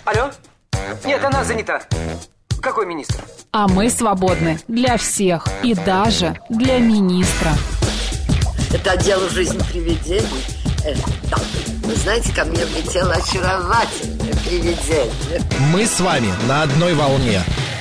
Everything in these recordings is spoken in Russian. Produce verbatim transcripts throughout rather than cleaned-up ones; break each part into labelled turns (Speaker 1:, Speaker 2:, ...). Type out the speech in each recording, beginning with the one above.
Speaker 1: Алло? Нет, она занята. Какой министр?
Speaker 2: А мы свободны для всех и даже для министра.
Speaker 3: Это дело жизни привидений. Э, да. Вы знаете, ко мне влетело очаровательное привидение.
Speaker 4: Мы с вами на одной волне.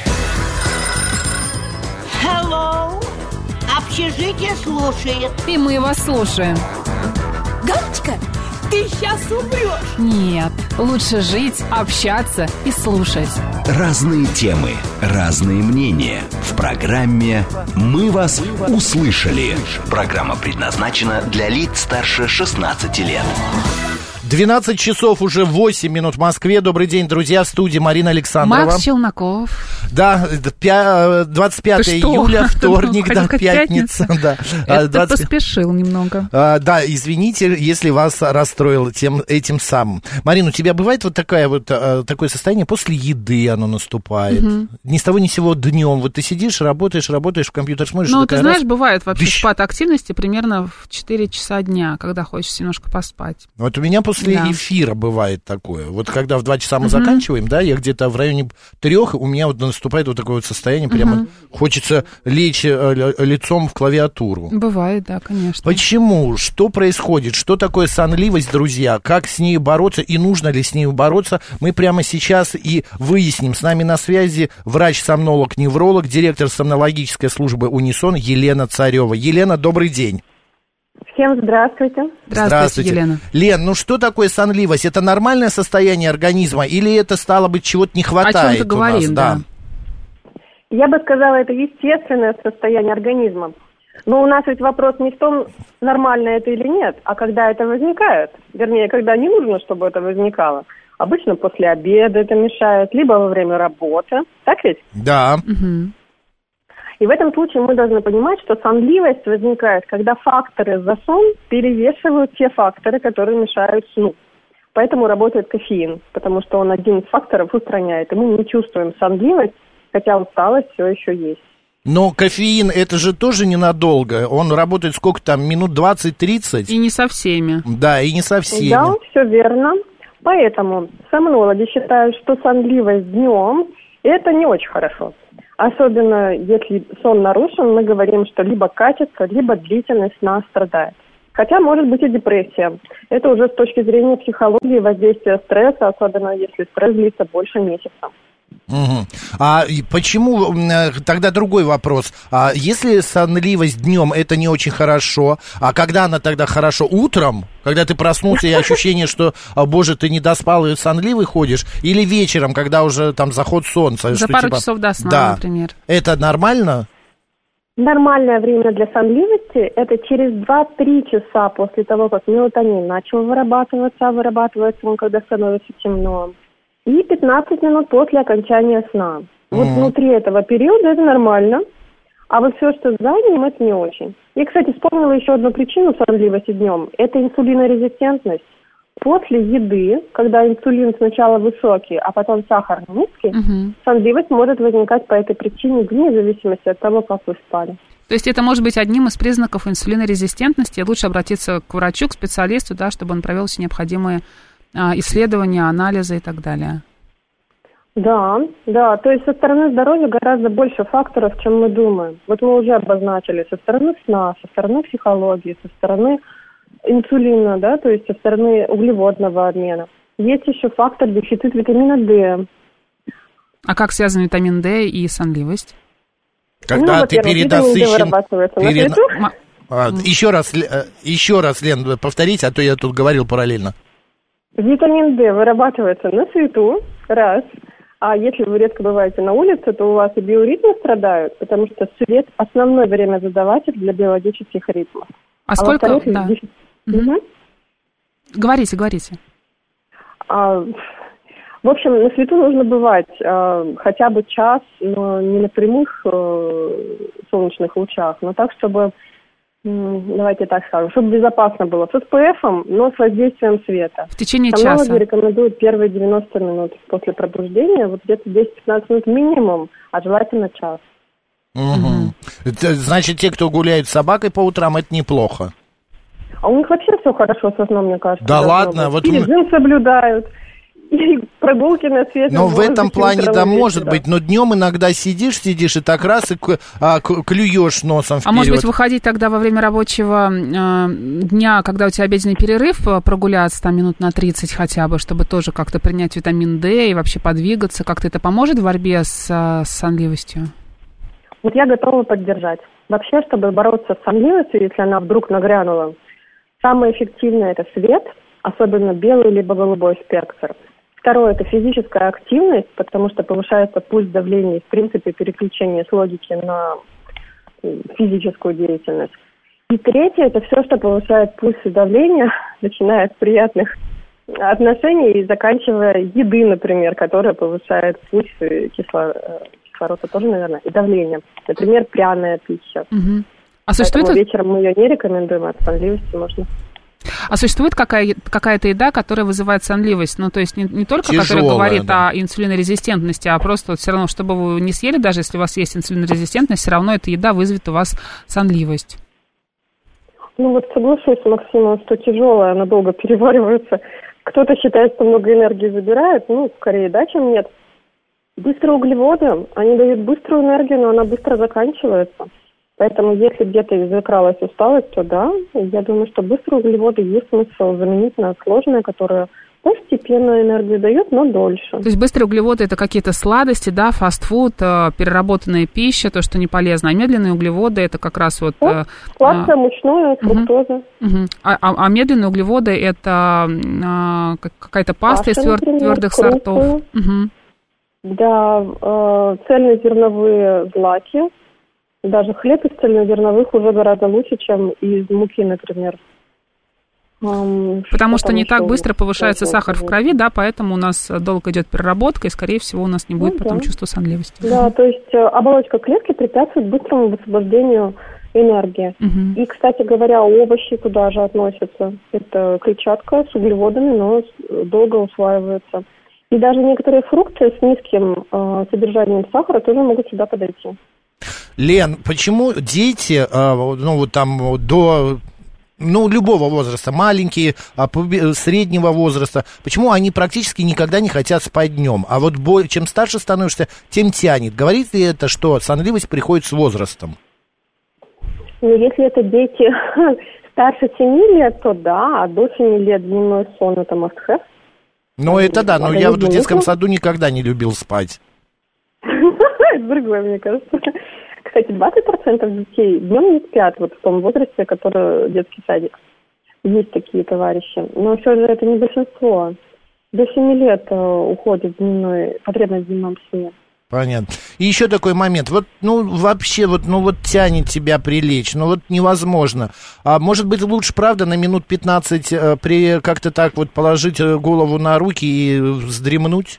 Speaker 5: Hello. Общежитие слушает.
Speaker 2: И мы вас слушаем.
Speaker 5: Галочка, ты сейчас умрешь.
Speaker 2: Нет, лучше жить, общаться и слушать.
Speaker 6: Разные темы, разные мнения. В программе «Мы вас услышали». Программа предназначена для лиц старше шестнадцати лет.
Speaker 4: двенадцать часов уже восемь минут в Москве. Добрый день, друзья, в студии Марина Александрова.
Speaker 2: Макс Челноков.
Speaker 4: Да, двадцать пятое июля, вторник, да, пятница. Да.
Speaker 2: Это
Speaker 4: двадцать...
Speaker 2: ты поспешил немного.
Speaker 4: А, да, извините, если вас расстроил тем, этим самым. Марина, у тебя бывает вот, такая вот такое состояние, после еды оно наступает? Угу. Ни с того ни с сего днем. Вот ты сидишь, работаешь, работаешь, в компьютер смотришь.
Speaker 2: Ну, ты знаешь,
Speaker 4: раз...
Speaker 2: бывает вообще
Speaker 4: Дыщ.
Speaker 2: спад активности примерно в четыре часа дня, когда хочется немножко поспать.
Speaker 4: Вот у меня после
Speaker 2: да.
Speaker 4: эфира бывает такое. Вот когда в два часа мы uh-huh. заканчиваем, да, я где-то в районе трех, у меня вот наступает вот такое вот состояние, прямо uh-huh. хочется лечь э, лицом в клавиатуру.
Speaker 2: Бывает, да, конечно.
Speaker 4: Почему? Что происходит? Что такое сонливость, друзья? Как с ней бороться и нужно ли с ней бороться? Мы прямо сейчас и выясним. С нами на связи врач-сомнолог-невролог, директор сомнологической службы «Унисон» Елена Царева. Елена, добрый день.
Speaker 7: Всем здравствуйте.
Speaker 2: Здравствуйте,
Speaker 4: Здравствуйте,
Speaker 2: Елена.
Speaker 4: Лен, ну что такое сонливость? Это нормальное состояние организма или это, стало быть, чего-то не хватает?
Speaker 2: О чем-то говорим,
Speaker 4: да.
Speaker 7: Я бы сказала, это естественное состояние организма. Но у нас ведь вопрос не в том, нормально это или нет, а когда это возникает. Вернее, когда не нужно, чтобы это возникало. Обычно после обеда это мешает, либо во время работы. Так ведь?
Speaker 4: Да.
Speaker 2: Угу.
Speaker 7: И в этом случае мы должны понимать, что сонливость возникает, когда факторы за сон перевешивают те факторы, которые мешают сну. Поэтому работает кофеин, потому что он один из факторов устраняет, и мы не чувствуем сонливость, хотя усталость все еще есть.
Speaker 4: Но кофеин, это же тоже ненадолго. Он работает сколько там, минут двадцать-тридцать?
Speaker 2: И не со всеми.
Speaker 4: Да, и не со всеми.
Speaker 7: Да, все верно. Поэтому сомнологи считают, что сонливость днем – это не очень хорошо. Особенно если сон нарушен, мы говорим, что либо качество, либо длительность сна страдает. Хотя может быть и депрессия. Это уже с точки зрения психологии воздействия стресса, особенно если стресс длится больше месяца.
Speaker 4: Угу. А почему, тогда другой вопрос, а если сонливость днем это не очень хорошо, а когда она тогда хорошо? Утром, когда ты проснулся и ощущение, что, о, боже, ты не доспал и сонливый ходишь, или вечером, когда уже там заход солнца?
Speaker 2: За
Speaker 4: что,
Speaker 2: пару
Speaker 4: типа,
Speaker 2: часов до сна,
Speaker 4: да,
Speaker 2: например.
Speaker 4: Это нормально?
Speaker 7: Нормальное время для сонливости – это через два-три часа после того, как мелатонин начал вырабатываться, а вырабатывается он, когда становится темно. И пятнадцать минут после окончания сна. Вот mm. внутри этого периода это нормально, а вот все, что за ним, это не очень. Я, кстати, вспомнила еще одну причину сонливости днем. Это инсулинорезистентность. После еды, когда инсулин сначала высокий, а потом сахар низкий, mm-hmm. сонливость может возникать по этой причине вне зависимости от того, как вы спали.
Speaker 2: То есть это может быть одним из признаков инсулинорезистентности. Лучше обратиться к врачу, к специалисту, да, чтобы он провел все необходимые исследования, анализы и так далее.
Speaker 7: Да, да, то есть со стороны здоровья гораздо больше факторов, чем мы думаем. Вот мы уже обозначили со стороны сна, со стороны психологии, со стороны инсулина, да, то есть со стороны углеводного обмена. Есть еще фактор дефицит витамина D.
Speaker 2: А как связан витамин D и сонливость?
Speaker 4: Когда
Speaker 7: ну,
Speaker 4: ты перенасыщен... Перена...
Speaker 7: На
Speaker 4: а, еще раз, еще раз, Лен, повторите, а то я тут говорил параллельно.
Speaker 7: Витамин D вырабатывается на свету, раз. А если вы редко бываете на улице, то у вас и биоритмы страдают, потому что свет – основной времязадаватель для биологических ритмов.
Speaker 2: А, а сколько? Да.
Speaker 7: Дефицит...
Speaker 2: Угу. Угу. Говорите, говорите.
Speaker 7: А, в общем, на свету нужно бывать а, хотя бы час, но не на прямых а, солнечных лучах, но так, чтобы, давайте так скажем, чтобы безопасно было. С эс пэ эфом, но с воздействием света.
Speaker 2: В течение
Speaker 7: Сомнологи
Speaker 2: часа.
Speaker 7: рекомендуют первые девяносто минут после пробуждения, вот где-то десять-пятнадцать минут минимум, а желательно час.
Speaker 4: Угу. Это, значит, те, кто гуляет с собакой по утрам, это неплохо.
Speaker 7: А у них вообще все хорошо со сном, мне кажется.
Speaker 4: Да ладно? Вот
Speaker 7: и режим соблюдают, и прогулки на свежем
Speaker 4: Но в
Speaker 7: воздухе
Speaker 4: этом плане,
Speaker 7: утром
Speaker 4: да,
Speaker 7: и
Speaker 4: может
Speaker 7: вечером.
Speaker 4: быть, но днем иногда сидишь, сидишь, и так раз и к- а, к- клюешь носом вперед.
Speaker 2: А может быть, выходить тогда во время рабочего э, дня, когда у тебя обеденный перерыв, э, прогуляться там минут на тридцать хотя бы, чтобы тоже как-то принять витамин D и вообще подвигаться? Как-то это поможет в борьбе с, с сонливостью?
Speaker 7: Вот я готова поддержать. Вообще, чтобы бороться с сонливостью, если она вдруг нагрянула, самое эффективное – это свет, особенно белый либо голубой спектр. Второе – это физическая активность, потому что повышается пульс, давление и, в принципе, переключение с логики на физическую деятельность. И третье – это все, что повышает пульс и давление, начиная с приятных отношений и заканчивая еды, например, которая повышает пульс и кислород, кислород тоже, наверное, и давление. Например, пряная пища.
Speaker 2: Угу. А существует...
Speaker 7: Поэтому вечером мы ее не рекомендуем, от сонливости можно.
Speaker 2: А существует какая- какая-то еда, которая вызывает сонливость? Ну, то есть не, не только
Speaker 4: Тяжелая,
Speaker 2: которая говорит
Speaker 4: да.
Speaker 2: о инсулинорезистентности, а просто вот все равно, чтобы вы не съели, даже если у вас есть инсулинорезистентность, все равно эта еда вызовет у вас сонливость.
Speaker 7: Ну вот соглашусь с Максимом, что тяжелая, она долго переваривается. Кто-то считает, что много энергии забирает, ну, скорее да, чем нет. Быстрые углеводы, они дают быструю энергию, но она быстро заканчивается. Поэтому если где-то и закралась усталость, то да, я думаю, что быстрые углеводы есть смысл заменить на сложные, которые постепенно энергию дают, но дольше.
Speaker 2: То есть быстрые углеводы – это какие-то сладости, да, фастфуд, э, переработанная пища, то, что не полезно. А медленные углеводы – это как раз вот…
Speaker 7: Вот, сладкое, мучное, фруктоза.
Speaker 2: Угу. А, а, а медленные углеводы – это э, какая-то паста из твер-
Speaker 7: например,
Speaker 2: твердых
Speaker 7: крупы.
Speaker 2: сортов. Угу.
Speaker 7: Да, э, цельнозерновые злаки. Даже хлеб из цельнозерновых уже гораздо лучше, чем из муки, например. Эм,
Speaker 2: Потому что,
Speaker 7: что
Speaker 2: не
Speaker 7: еще
Speaker 2: так
Speaker 7: у
Speaker 2: быстро
Speaker 7: нас
Speaker 2: повышается
Speaker 7: можно
Speaker 2: сахар в
Speaker 7: сказать?
Speaker 2: крови, да, поэтому у нас долго идет переработка, и, скорее всего, у нас не будет
Speaker 7: Ну,
Speaker 2: потом
Speaker 7: да.
Speaker 2: чувства сонливости.
Speaker 7: Да, то есть э, оболочка клетки препятствует быстрому высвобождению энергии.
Speaker 2: Угу.
Speaker 7: И, кстати говоря, овощи туда же относятся. Это клетчатка с углеводами, но с- долго усваивается. И даже некоторые фрукты с низким э, содержанием сахара тоже могут сюда подойти.
Speaker 4: Лен, почему дети, а, ну, вот там до, ну, любого возраста, маленькие, а, пубе- среднего возраста, почему они практически никогда не хотят спать днем? А вот бо- чем старше становишься, тем тянет. Говорит ли это, что сонливость приходит с возрастом?
Speaker 7: Ну, если это дети старше семи лет, то да, а до семи лет дневной сон – это must-have.
Speaker 4: Ну, это да, но
Speaker 7: А
Speaker 4: я вот в
Speaker 7: дневной
Speaker 4: детском
Speaker 7: сон?
Speaker 4: саду никогда не любил спать.
Speaker 7: Это другое, мне кажется. Кстати, двадцать процентов детей днем не спят вот в том возрасте, который детский садик. Есть такие товарищи. Но все же это не большинство. До семи лет э, уходит дневной, потребность в дневном сне.
Speaker 4: Понятно. И еще такой момент. Вот, ну, вообще, вот, ну, вот тянет тебя прилечь, ну, вот невозможно. А может быть, лучше, правда, на минут пятнадцать э, при, как-то так вот положить э, голову на руки и вздремнуть?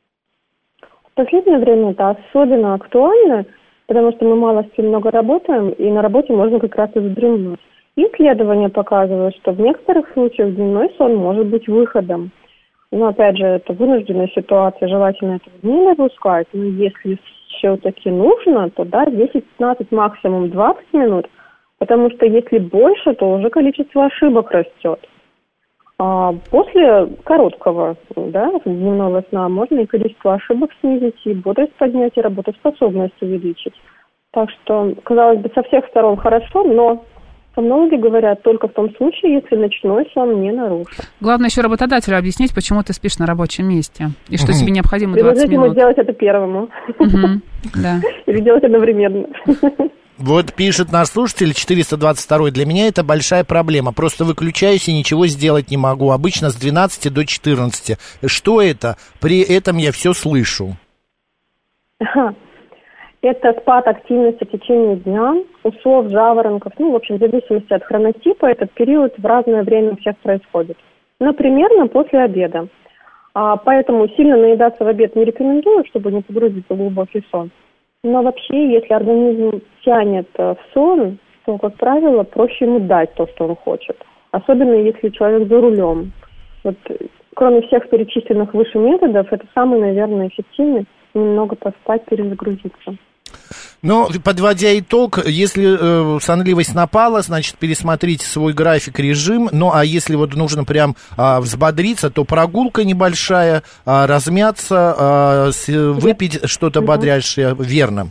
Speaker 7: В последнее время это особенно актуально, потому что мы мало спим, много работаем, и на работе можно как раз и вздремнуть. Исследования показывают, что в некоторых случаях дневной сон может быть выходом. Но, опять же, это вынужденная ситуация, желательно этого не допускать. Но если все-таки нужно, то да, десять-пятнадцать, максимум двадцать минут, потому что если больше, то уже количество ошибок растет. А после короткого, да, дневного сна можно и количество ошибок снизить, и бодрость поднять, и работоспособность увеличить. Так что, казалось бы, со всех сторон хорошо, но сомнологи говорят только в том случае, если ночной сон не нарушен.
Speaker 2: Главное еще работодателю объяснить, почему ты спишь на рабочем месте, и что
Speaker 4: Мгм.
Speaker 2: тебе необходимо двадцать
Speaker 7: Предложить ему
Speaker 2: минут.
Speaker 7: сделать это первому.
Speaker 2: Мгм. Да.
Speaker 7: Или делать одновременно.
Speaker 4: Вот пишет наш слушатель четыреста двадцать два. Для меня это большая проблема. Просто выключаюсь и ничего сделать не могу. Обычно с двенадцати до четырнадцати. Что это? При этом я все слышу.
Speaker 7: Ага. Это спад активности в течение дня, усов, жаворонков, ну, в общем, в зависимости от хронотипа, этот период в разное время у всех происходит. Например, после обеда. А, поэтому сильно наедаться в обед не рекомендую, чтобы не погрузиться в глубокий сон. Но вообще, если организм тянет в сон, то, как правило, проще ему дать то, что он хочет. Особенно, если человек за рулем. Вот, кроме всех перечисленных выше методов, это самый, наверное, эффективный – немного поспать, перезагрузиться.
Speaker 4: Но, подводя итог, если э, сонливость напала, значит, пересмотрите свой график, режим. Ну, а если вот нужно прям э, взбодриться, то прогулка небольшая, э, размяться, э, с, выпить что-то бодрящее, верно.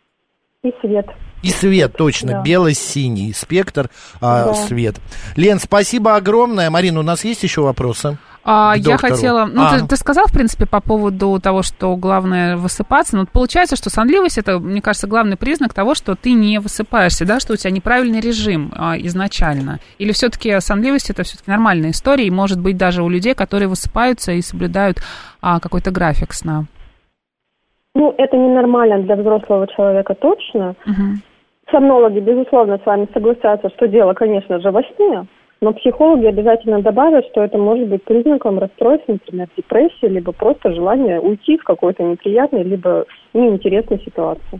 Speaker 7: И свет.
Speaker 4: И свет, точно, да. Бело-синий спектр, а, да. Свет. Лен, спасибо огромное. Марина, у нас есть еще вопросы?
Speaker 2: А, я хотела... Ну,
Speaker 4: а.
Speaker 2: ты, ты сказал, в принципе, по поводу того, что главное высыпаться. Но получается, что сонливость – это, мне кажется, главный признак того, что ты не высыпаешься, да, что у тебя неправильный режим а, изначально. Или все-таки сонливость – это все-таки нормальная история, и, может быть, даже у людей, которые высыпаются и соблюдают а, какой-то график сна.
Speaker 7: Ну, это ненормально для взрослого человека точно.
Speaker 2: Угу.
Speaker 7: Сомнологи, безусловно, с вами согласятся, что дело, конечно же, во сне, но психологи обязательно добавят, что это может быть признаком расстройств, например, депрессии, либо просто желание уйти в какой-то неприятной, либо неинтересной ситуации.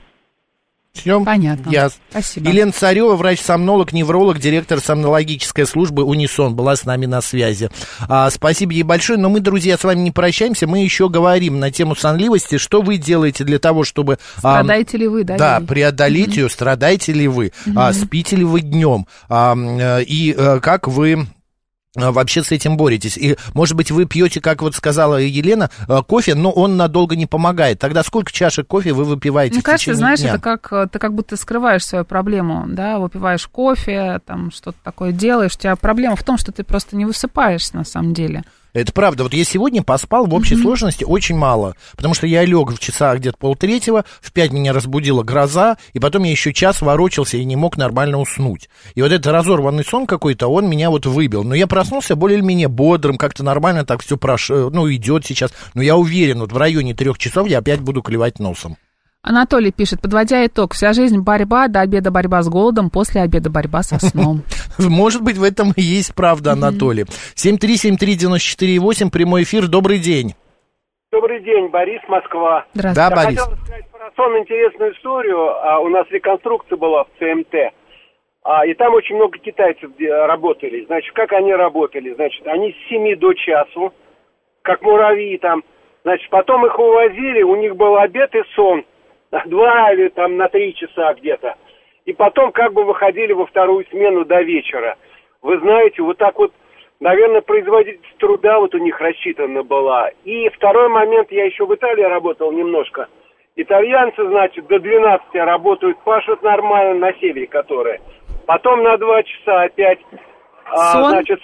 Speaker 4: Все
Speaker 2: понятно.
Speaker 4: Ясно.
Speaker 2: Спасибо.
Speaker 4: Елена Царева, врач-сомнолог, невролог, директор сомнологической службы «Унисон», была с нами на связи. А, спасибо ей большое. Но мы, друзья, с вами не прощаемся. Мы еще говорим на тему сонливости. Что вы делаете для того, чтобы...
Speaker 2: Страдаете а, ли вы, да?
Speaker 4: Да,
Speaker 2: Юрий?
Speaker 4: преодолеть mm-hmm. ее. Страдаете ли вы? Mm-hmm. А, спите ли вы днем? А, и а, как вы... вообще с этим боретесь? И, может быть, вы пьете, как вот сказала Елена, кофе, но он надолго не помогает. Тогда сколько чашек кофе вы выпиваете?
Speaker 2: Мне
Speaker 4: в
Speaker 2: кажется,
Speaker 4: течение
Speaker 2: знаешь,
Speaker 4: дня?
Speaker 2: это как ты как будто скрываешь свою проблему, да, выпиваешь кофе, там что-то такое делаешь. У тебя проблема в том, что ты просто не высыпаешься на самом деле.
Speaker 4: Это правда. Вот я сегодня поспал в общей mm-hmm. сложности очень мало, потому что я лег в часах где-то полтретьего, в пять меня разбудила гроза, и потом я еще час ворочался и не мог нормально уснуть. И вот этот разорванный сон какой-то, он меня вот выбил. Но я проснулся более-менее бодрым, как-то нормально так все прошло, ну, идет сейчас. Но я уверен, вот в районе трех часов я опять буду клевать носом.
Speaker 2: Анатолий пишет, подводя итог, вся жизнь борьба, до обеда борьба с голодом, после обеда борьба со сном.
Speaker 4: Может быть, в этом и есть правда, Анатолий. семь три семь три девяносто четыре восемь, прямой эфир, добрый день.
Speaker 8: Добрый день, Борис, Москва.
Speaker 2: Здравствуйте.
Speaker 4: Да, Борис.
Speaker 8: Я хотел рассказать про сон интересную историю. А, у нас реконструкция была в ЦМТ, а, и там очень много китайцев работали. Значит, как они работали? Значит, они с семи до часу, как муравьи там. Значит, потом их увозили, у них был обед и сон. Два или там на три часа где-то. И потом как бы выходили во вторую смену до вечера. Вы знаете, вот так вот, наверное, производительность труда вот у них рассчитана была. И второй момент, я еще в Италии работал немножко. Итальянцы, значит, до двенадцати работают, пашут нормально на севере, которые. Потом на два часа опять.
Speaker 2: Сон?
Speaker 8: А, значит,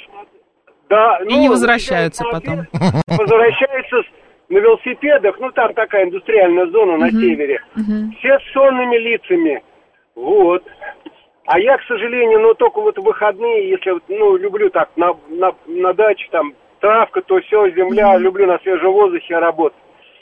Speaker 8: да,
Speaker 2: и
Speaker 8: ну,
Speaker 2: не возвращаются потом.
Speaker 8: Возвращаются на велосипедах, ну там такая индустриальная зона на uh-huh. севере, uh-huh. все с сонными лицами, вот. А я, к сожалению, ну только вот в выходные, если, ну, люблю так на, на, на даче, там, травка, то все, земля, uh-huh. люблю на свежем воздухе работать.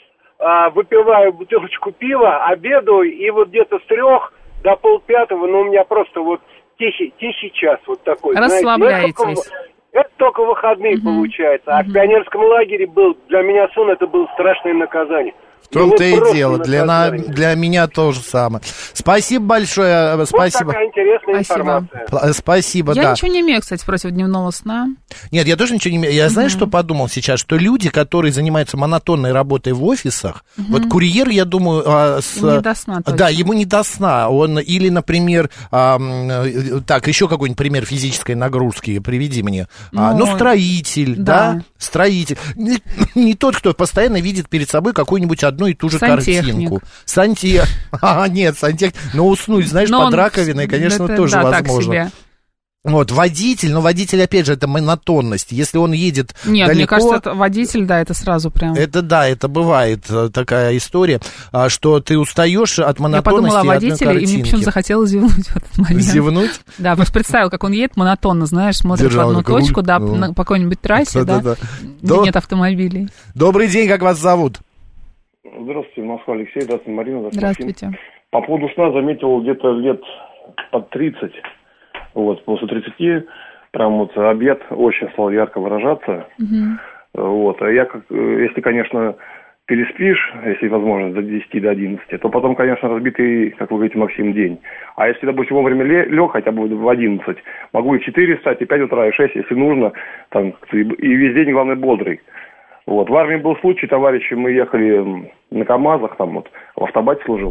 Speaker 8: А, выпиваю бутылочку пива, обедаю, и вот где-то с трех до полпятого, ну, у меня просто вот тихий, тихий час вот такой.
Speaker 2: Расслабляетесь.
Speaker 8: Это только выходные uh-huh. получается. А uh-huh. в пионерском лагере был, для меня сон это было страшное наказание.
Speaker 4: В том-то и дело. Для, на, для меня то же самое. Спасибо большое.
Speaker 8: Вот
Speaker 4: спасибо.
Speaker 8: Такая интересная
Speaker 2: Спасибо.
Speaker 8: информация.
Speaker 4: Спасибо,
Speaker 2: я
Speaker 4: да.
Speaker 2: ничего не имею, кстати, против дневного сна.
Speaker 4: Нет, я тоже ничего не имею. Я, uh-huh. знаешь, что подумал сейчас? Что люди, которые занимаются монотонной работой в офисах, uh-huh. вот курьер, я думаю... А, с,
Speaker 2: не до сна точно.
Speaker 4: Да, ему не до сна. Он, или, например, а, так, еще какой-нибудь пример физической нагрузки приведи мне. Ну, а, ну строитель, да. да, строитель. Не, не тот, кто постоянно видит перед собой какую-нибудь одну и ту же
Speaker 2: Сантехник.
Speaker 4: картинку. Сантехник. А, нет, сантехник. Но уснуть, знаешь,
Speaker 2: но
Speaker 4: под
Speaker 2: он...
Speaker 4: раковиной, конечно,
Speaker 2: это,
Speaker 4: тоже
Speaker 2: да,
Speaker 4: возможно.
Speaker 2: Так себе.
Speaker 4: Вот, водитель, но водитель, опять же, это монотонность. Если он едет
Speaker 2: Нет,
Speaker 4: далеко...
Speaker 2: мне кажется, это водитель, да, это сразу прям...
Speaker 4: Это, да, это бывает такая история, что ты устаешь от монотонности.
Speaker 2: Я подумала о водителе, и мне почему-то захотелось зевнуть в этот момент.
Speaker 4: Зевнуть?
Speaker 2: Да, просто представил, как он едет монотонно, знаешь, смотрит Держал, в одну как... точку, да, ну... на, по какой-нибудь трассе, да, да, да. где До... нет автомобилей.
Speaker 4: Добрый день, как вас зовут?
Speaker 9: Здравствуйте, Москва, Алексей, здравствуйте, Марина.
Speaker 2: Здравствуйте.
Speaker 9: Здравствуйте. По поводу сна заметил где-то лет под тридцать, вот, после тридцати, прям вот обед очень стал ярко выражаться. Угу. Вот, а я, как, если, конечно, переспишь, если возможно, до десяти, до одиннадцати, то потом, конечно, разбитый, как вы говорите, Максим, день. А если, допустим, вовремя лег, хотя бы в одиннадцать, могу и в четыре встать, и пять утра, и шесть, если нужно, там, и весь день, главное, бодрый. Вот. В армии был случай, товарищи, мы ехали на КАМАЗах, там вот в автобате служил,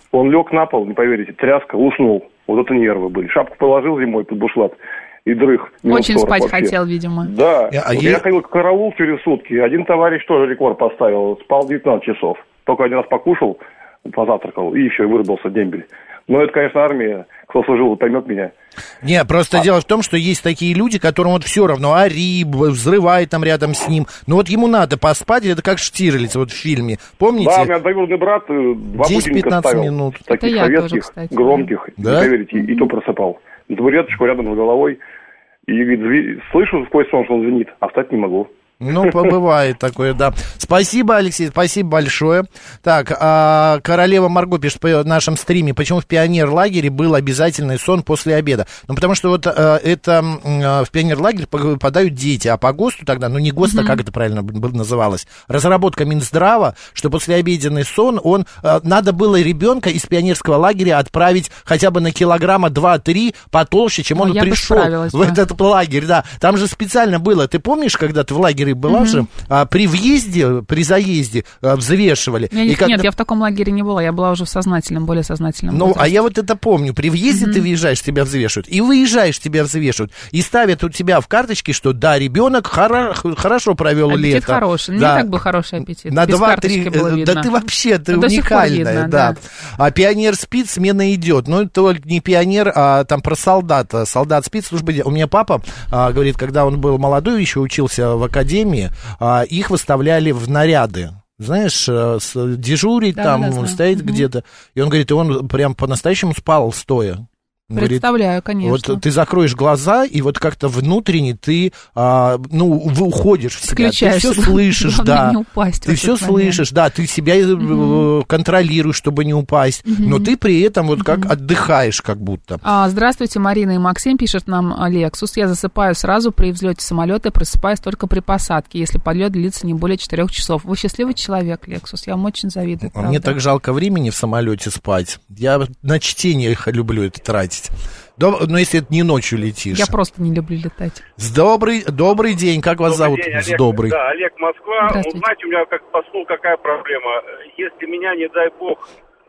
Speaker 9: Он лег на пол, не поверите, тряска, уснул. Вот это нервы были. Шапку положил зимой под бушлат и дрых.
Speaker 2: Очень спать
Speaker 9: вообще.
Speaker 2: Хотел, видимо.
Speaker 9: Да.
Speaker 4: А
Speaker 9: вот
Speaker 4: я...
Speaker 9: я ходил к караул через сутки. Один товарищ тоже рекорд поставил. Спал девятнадцать часов. Только один раз покушал, позавтракал, и еще и вырубился дембель. Но это, конечно, армия. Кто служил, поймет меня.
Speaker 4: Не, просто
Speaker 9: а...
Speaker 4: дело в том, что есть такие люди, которым вот все равно, ори, взрывай там рядом с ним. Но вот ему надо поспать, это как Штирлиц вот в фильме. Помните?
Speaker 9: Да, у меня двоюродный брат два будильника ставил.
Speaker 4: минут.
Speaker 9: Таких
Speaker 2: это
Speaker 9: советских,
Speaker 2: тоже,
Speaker 9: громких.
Speaker 4: Да?
Speaker 9: Не поверите, и, и то просыпал. Табуреточку рядом с головой. И говорит, слышу сквозь сон, что он звенит, а встать не могу.
Speaker 4: Ну, побывает такое, да. Спасибо, Алексей, спасибо большое. Так, а, королева Марго пишет в нашем стриме, почему в пионерлагере был обязательный сон после обеда. Ну, потому что вот а, это а, в пионерлагерь попадают дети, а по ГОСТу тогда, ну, не ГОСТ, а как это правильно называлось, разработка Минздрава, что послеобеденный сон, он, а, надо было ребенка из пионерского лагеря отправить хотя бы на килограмма два-три потолще, чем он
Speaker 2: я
Speaker 4: пришел в
Speaker 2: бы.
Speaker 4: этот лагерь, да. Там же специально было, ты помнишь, когда ты в лагере была mm-hmm. же, а, при въезде, при заезде а, взвешивали.
Speaker 2: Я,
Speaker 4: и
Speaker 2: нет,
Speaker 4: когда...
Speaker 2: я в таком лагере не была, я была уже в сознательном, более сознательном
Speaker 4: Ну,
Speaker 2: возрасте.
Speaker 4: а я вот это помню, при въезде mm-hmm. ты въезжаешь, тебя взвешивают, и выезжаешь, тебя взвешивают, и ставят у тебя в карточке, что да, ребенок хоро... хорошо провел
Speaker 2: аппетит
Speaker 4: лето.
Speaker 2: аппетит хороший, да. Не так был хороший аппетит,
Speaker 4: на
Speaker 2: без
Speaker 4: два-три,
Speaker 2: карточки было видно.
Speaker 4: Да ты вообще, ты
Speaker 2: но
Speaker 4: уникальная,
Speaker 2: видно,
Speaker 4: да.
Speaker 2: да.
Speaker 4: А пионер спит, смена идет, ну, только не пионер, а там про солдата, солдат спит, служба... У меня папа, а, говорит, когда он был молодой, еще учился в академии, а, их выставляли в наряды. Знаешь, с, дежурить да, там, да, стоять угу. где-то. И он говорит, и он прям по-настоящему спал стоя.
Speaker 2: Представляю,
Speaker 4: говорит,
Speaker 2: конечно.
Speaker 4: Вот ты закроешь глаза, и вот как-то внутренне ты, а, ну, уходишь в себя. Ты все слышишь, да.
Speaker 2: Не упасть
Speaker 4: ты все слышишь, да, ты себя угу. контролируешь, чтобы не упасть. Угу. Но ты при этом вот как угу. отдыхаешь, как будто.
Speaker 2: А, здравствуйте, Марина и Максим, пишет нам Лексус. Я засыпаю сразу при взлете самолета, просыпаюсь только при посадке, если полет длится не более четырех часов. Вы счастливый человек, Лексус, я вам очень завидую.
Speaker 4: А мне так жалко времени в самолете спать. Я на чтение люблю это тратить. Доб... Но если это не ночью летишь.
Speaker 2: Я просто не люблю летать.
Speaker 4: Добрый, добрый день, как вас
Speaker 10: добрый
Speaker 4: зовут?
Speaker 10: День, Олег.
Speaker 4: Добрый.
Speaker 10: Да, Олег, Москва. Ну, знаете, у меня как посол какая проблема. Если меня, не дай бог,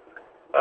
Speaker 10: э,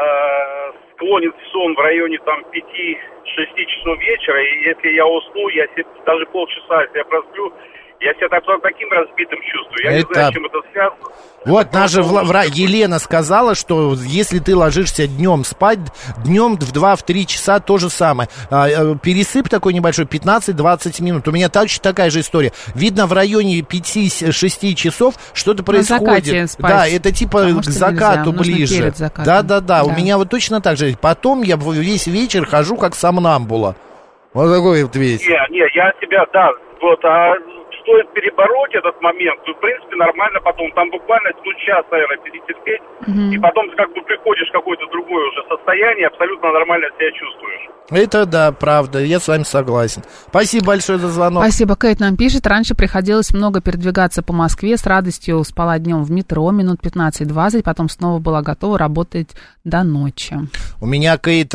Speaker 10: склонит в сон в районе там пяти-шести часов вечера, и если я усну, я даже полчаса, если я просплю, я себя так, таким разбитым чувствую. Я это... не знаю, с чем это связано.
Speaker 4: Вот наша вра... Елена сказала, что если ты ложишься днем спать, днем в два-три часа то же самое. Пересып такой небольшой, пятнадцать-двадцать минут. У меня точно такая же история. Видно, в районе пяти-шести часов что-то происходит. Да, это типа к закату ближе. Да-да-да, да. У меня вот точно так же. Потом я весь вечер хожу как сомнамбула. Вот такой вот весь.
Speaker 10: Не, не, я себя, да, вот, а... стоит перебороть этот момент, то, в принципе, нормально потом. Там буквально, ну, час, наверное, перетерпеть, mm-hmm. и потом как бы приходишь в какое-то другое уже состояние, абсолютно нормально себя чувствуешь.
Speaker 4: Это да, правда, я с вами согласен. Спасибо большое за звонок.
Speaker 2: Спасибо. Кейт нам пишет, раньше приходилось много передвигаться по Москве, с радостью спала днем в метро, минут пятнадцать-двадцать, потом снова была готова работать до ночи.
Speaker 4: У меня, Кейт,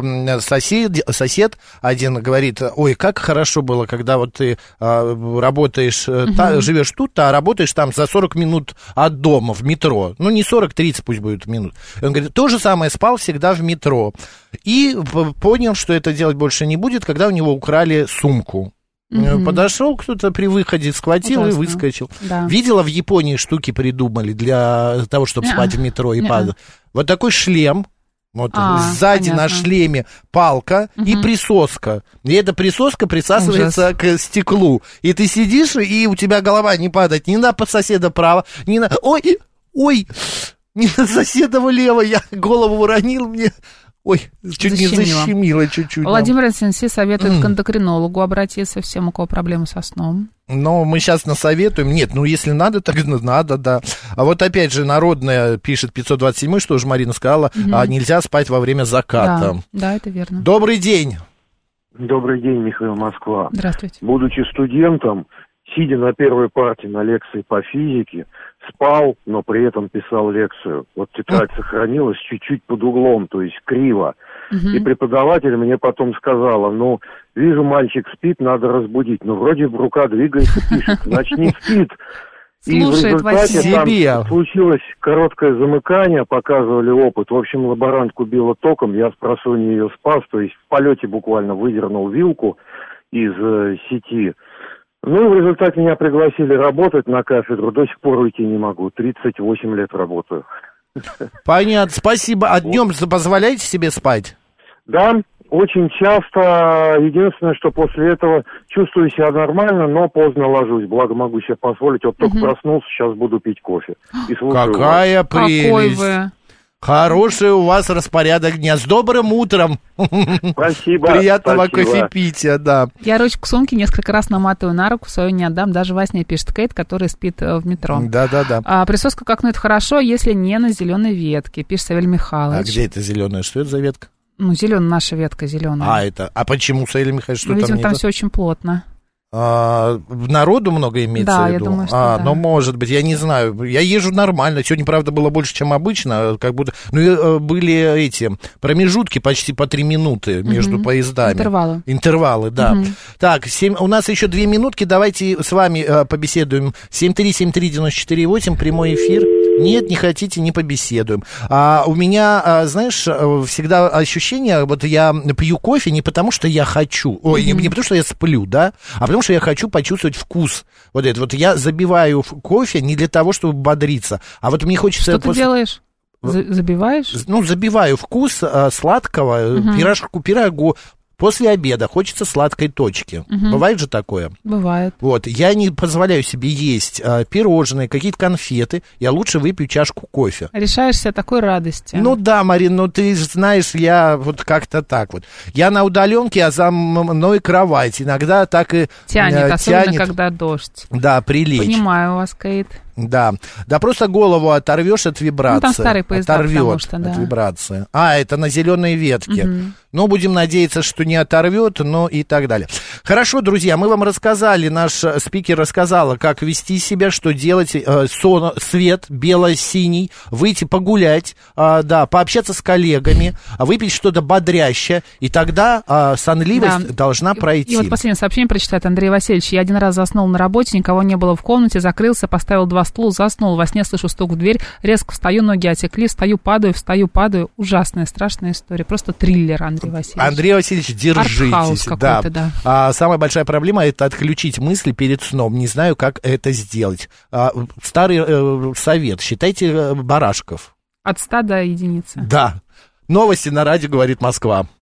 Speaker 4: сосед, сосед один говорит, ой, как хорошо было, когда вот ты работаешь, uh-huh. та, живешь тут, а работаешь там за сорок минут от дома в метро. Ну, не сорок-тридцать пусть будет минут. И он говорит, то же самое, спал всегда в метро. И понял, что это делать больше не будет, когда у него украли сумку. Mm-hmm. Подошел кто-то при выходе, схватил Ужасно. И выскочил. Да. Видела, в Японии штуки придумали для того, чтобы Не-а. спать в метро и падать. Вот такой шлем. Вот а, сзади понятно. На шлеме палка угу. и присоска. И эта присоска присасывается Ужас. К стеклу. И ты сидишь, и у тебя голова не падает ни на соседа право, ни на... Ой, ой, ни на соседа влево. Я голову уронил, мне... Ой, чуть защемило. Не защемило чуть-чуть.
Speaker 2: Владимир Инсенси советует mm. к эндокринологу обратиться всем, у кого проблемы со сном.
Speaker 4: Но мы сейчас насоветуем. Нет, ну если надо, так надо, да. А вот опять же, народная пишет пятьсот двадцать семь, что уже Марина сказала, mm-hmm. а нельзя спать во время заката.
Speaker 2: Да, да, это верно.
Speaker 4: Добрый день.
Speaker 11: Добрый день, Михаил, Москва.
Speaker 2: Здравствуйте.
Speaker 11: Будучи студентом, сидя на первой партии на лекции по физике, спал, но при этом писал лекцию. Вот тетрадь mm. сохранилась чуть-чуть под углом, то есть криво. Mm-hmm. И преподаватель мне потом сказала, ну, вижу, мальчик спит, надо разбудить. Ну, вроде рука двигается, пишет, значит, не спит. И в
Speaker 2: Слушает
Speaker 11: результате
Speaker 4: Василий.
Speaker 11: там случилось короткое замыкание, показывали опыт. В общем, лаборантку било током, я с просонья ее спас, то есть в полете буквально выдернул вилку из э, сети. Ну и в результате меня пригласили работать на кафедру, до сих пор уйти не могу, тридцать восемь лет работаю.
Speaker 4: Понятно, спасибо. А днем позволяете себе спать?
Speaker 11: Да, очень часто. Единственное, что после этого чувствую себя нормально, но поздно ложусь. Благо могу себе позволить. Вот только
Speaker 2: Мгм.
Speaker 11: проснулся, сейчас буду пить кофе. И слушаю
Speaker 4: Какая
Speaker 11: вас.
Speaker 2: Какой
Speaker 4: прелесть.
Speaker 2: вы.
Speaker 4: Хороший у вас распорядок дня. С добрым утром.
Speaker 11: Спасибо.
Speaker 4: Приятного
Speaker 11: спасибо.
Speaker 4: кофепития, да.
Speaker 2: Я ручку сумки несколько раз наматываю на руку, свою не отдам, даже во сне, пишет Кейт, который спит э, в метро.
Speaker 4: Да-да-да.
Speaker 2: А, присоска к окну — это хорошо, если не на зеленой ветке, пишет Савель
Speaker 4: А
Speaker 2: Михайлович.
Speaker 4: где это зеленая? Что это за ветка?
Speaker 2: Ну, зеленая наша ветка, зеленая.
Speaker 4: А, это. А почему, Саиль Михайлович, что
Speaker 2: Ну,
Speaker 4: там
Speaker 2: видимо,
Speaker 4: не
Speaker 2: там
Speaker 4: то?
Speaker 2: все очень плотно.
Speaker 4: А, народу много имеется
Speaker 2: Да,
Speaker 4: в
Speaker 2: я
Speaker 4: виду?
Speaker 2: думаю, что
Speaker 4: а,
Speaker 2: да.
Speaker 4: ну, может быть, я не знаю. Я езжу нормально. Сегодня, правда, было больше, чем обычно. Как будто... Ну, и, э, были эти промежутки почти по три минуты между
Speaker 2: Мгм.
Speaker 4: поездами.
Speaker 2: Интервалы.
Speaker 4: Интервалы, да.
Speaker 2: Мгм.
Speaker 4: Так, семь... у нас еще две минутки. Давайте с вами э, побеседуем. семь три семь три девять четыре восемь, прямой эфир. Нет, не хотите, не побеседуем. А у меня, а, знаешь, э, всегда ощущение, вот я пью кофе не потому, что я хочу, ой, не, не потому, что я сплю, да, а потому, что я хочу почувствовать вкус. Вот это вот я забиваю в кофе не для того, чтобы бодриться, а вот мне хочется...
Speaker 2: Что ты
Speaker 4: после-
Speaker 2: делаешь? За- забиваешь?
Speaker 4: Ну, забиваю вкус а, сладкого,
Speaker 2: Мгм.
Speaker 4: пирожку, пирогу. После обеда хочется сладкой точки.
Speaker 2: Мгм.
Speaker 4: Бывает же такое?
Speaker 2: Бывает.
Speaker 4: Вот, я не позволяю себе есть а, пирожные, какие-то конфеты. Я лучше выпью чашку кофе.
Speaker 2: Решаешься от такой радости.
Speaker 4: Ну да, Марин, ну ты же знаешь, я вот как-то так вот. Я на удаленке, а за мной кровать. Иногда так и
Speaker 2: Тянет,
Speaker 4: э,
Speaker 2: особенно
Speaker 4: тянет.
Speaker 2: когда дождь.
Speaker 4: Да, прилечь.
Speaker 2: Понимаю вас, Кейт.
Speaker 4: Да, да просто голову оторвешь от вибрации.
Speaker 2: Ну, там старые поезда,
Speaker 4: оторвет
Speaker 2: потому что, да.
Speaker 4: от вибрации. А, это на зеленой ветке.
Speaker 2: Мгм.
Speaker 4: Ну, будем надеяться, что не оторвет, но и так далее. Хорошо, друзья, мы вам рассказали, наш э, спикер рассказала, как вести себя, что делать, э, сон, свет бело-синий, выйти погулять, э, да, пообщаться с коллегами, выпить что-то бодрящее, и тогда э, сонливость
Speaker 2: Да.
Speaker 4: должна пройти.
Speaker 2: И вот последнее сообщение прочитает Андрей Васильевич. Я один раз заснул на работе, никого не было в комнате, закрылся, поставил два стула, заснул. Во сне слышу стук в дверь, резко встаю, ноги отекли, встаю, падаю, встаю, падаю. Ужасная, страшная история. Просто триллер, Андрей Васильевич.
Speaker 4: Андрей Васильевич, держитесь.
Speaker 2: Артхаус какой-то, да.
Speaker 4: А, самая большая проблема — это отключить мысли перед сном. Не знаю, как это сделать. А, старый э, совет. Считайте э, барашков.
Speaker 2: От ста до единицы.
Speaker 4: Да. Новости на радио «Говорит Москва».